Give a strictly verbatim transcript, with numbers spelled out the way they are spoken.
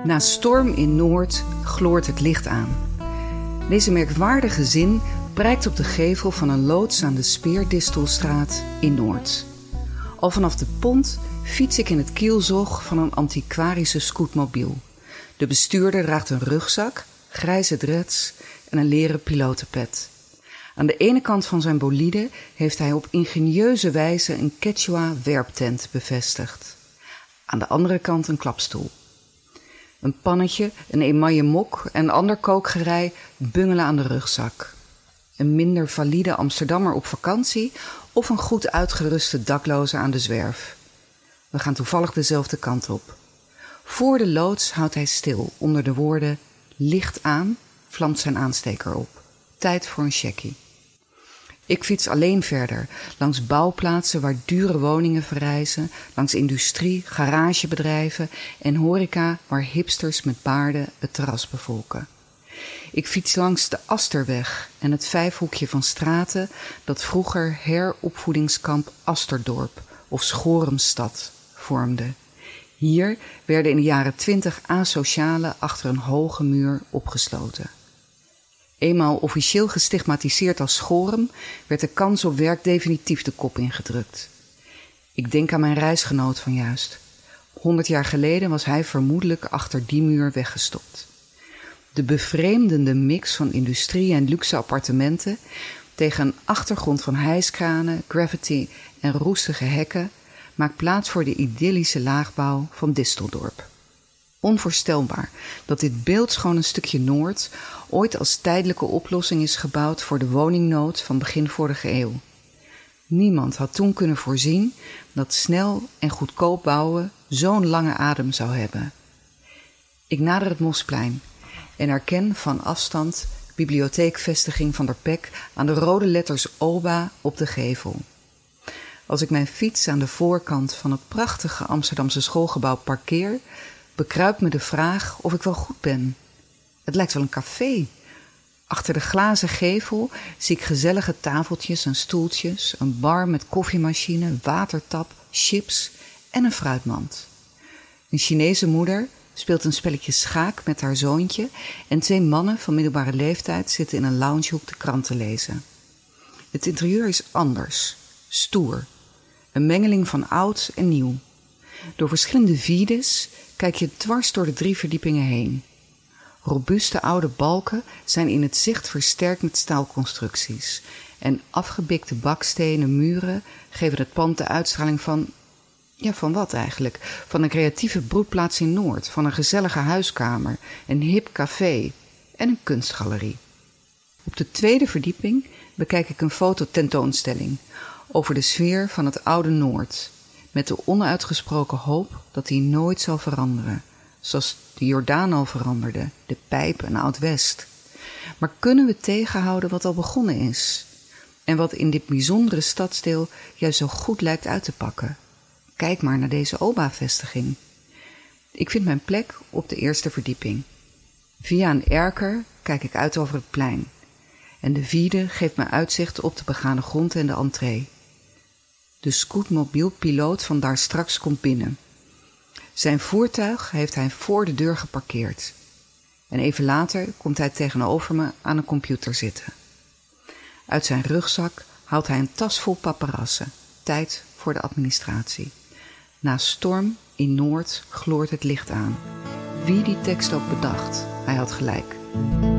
Na storm in Noord gloort het licht aan. Deze merkwaardige zin prijkt op de gevel van een loods aan de Speerdistelstraat in Noord. Al vanaf de pont fiets ik in het kielzog van een antiquarische scootmobiel. De bestuurder draagt een rugzak, grijze dreads en een leren pilotenpet. Aan de ene kant van zijn bolide heeft hij op ingenieuze wijze een Quechua-werptent bevestigd. Aan de andere kant een klapstoel. Een pannetje, een emaille mok en ander kookgerei bungelen aan de rugzak. Een minder valide Amsterdammer op vakantie of een goed uitgeruste dakloze aan de zwerf. We gaan toevallig dezelfde kant op. Voor de loods houdt hij stil onder de woorden licht aan, vlamt zijn aansteker op. Tijd voor een checkie. Ik fiets alleen verder, langs bouwplaatsen waar dure woningen verrijzen, langs industrie, garagebedrijven en horeca waar hipsters met baarden het terras bevolken. Ik fiets langs de Asterweg en het vijfhoekje van straten dat vroeger heropvoedingskamp Asterdorp of Schoremstad vormde. Hier werden in de jaren twintig asocialen achter een hoge muur opgesloten. Eenmaal officieel gestigmatiseerd als Schorum, werd de kans op werk definitief de kop ingedrukt. Ik denk aan mijn reisgenoot van juist. Honderd jaar geleden was hij vermoedelijk achter die muur weggestopt. De bevreemdende mix van industrie en luxe appartementen tegen een achtergrond van hijskranen, graffiti en roestige hekken maakt plaats voor de idyllische laagbouw van Disteldorp. Onvoorstelbaar dat dit beeldschoon een stukje Noord ooit als tijdelijke oplossing is gebouwd voor de woningnood van begin vorige eeuw. Niemand had toen kunnen voorzien dat snel en goedkoop bouwen zo'n lange adem zou hebben. Ik nader het Mosplein en herken van afstand bibliotheekvestiging Van der Pek aan de rode letters O B A op de gevel. Als ik mijn fiets aan de voorkant van het prachtige Amsterdamse schoolgebouw parkeer, bekruipt me de vraag of ik wel goed ben. Het lijkt wel een café. Achter de glazen gevel zie ik gezellige tafeltjes en stoeltjes, een bar met koffiemachine, watertap, chips en een fruitmand. Een Chinese moeder speelt een spelletje schaak met haar zoontje en twee mannen van middelbare leeftijd zitten in een loungehoek de krant te lezen. Het interieur is anders, stoer, een mengeling van oud en nieuw. Door verschillende vides kijk je dwars door de drie verdiepingen heen. Robuuste oude balken zijn in het zicht versterkt met staalconstructies en afgebikte bakstenen muren geven het pand de uitstraling van, ja van wat eigenlijk? Van een creatieve broedplaats in Noord, van een gezellige huiskamer, een hip café en een kunstgalerie. Op de tweede verdieping bekijk ik een fototentoonstelling over de sfeer van het oude Noord, met de onuitgesproken hoop dat die nooit zal veranderen, zoals de Jordaan al veranderde, de Pijp en Oud-West. Maar kunnen we tegenhouden wat al begonnen is? En wat in dit bijzondere stadsdeel juist zo goed lijkt uit te pakken? Kijk maar naar deze O B A-vestiging. Ik vind mijn plek op de eerste verdieping. Via een erker kijk ik uit over het plein. En de vide geeft me uitzicht op de begane grond en de entree. De scootmobielpiloot van daar straks komt binnen. Zijn voertuig heeft hij voor de deur geparkeerd. En even later komt hij tegenover me aan een computer zitten. Uit zijn rugzak haalt hij een tas vol paparassen. Tijd voor de administratie. Na storm in Noord gloort het licht aan. Wie die tekst ook bedacht, hij had gelijk.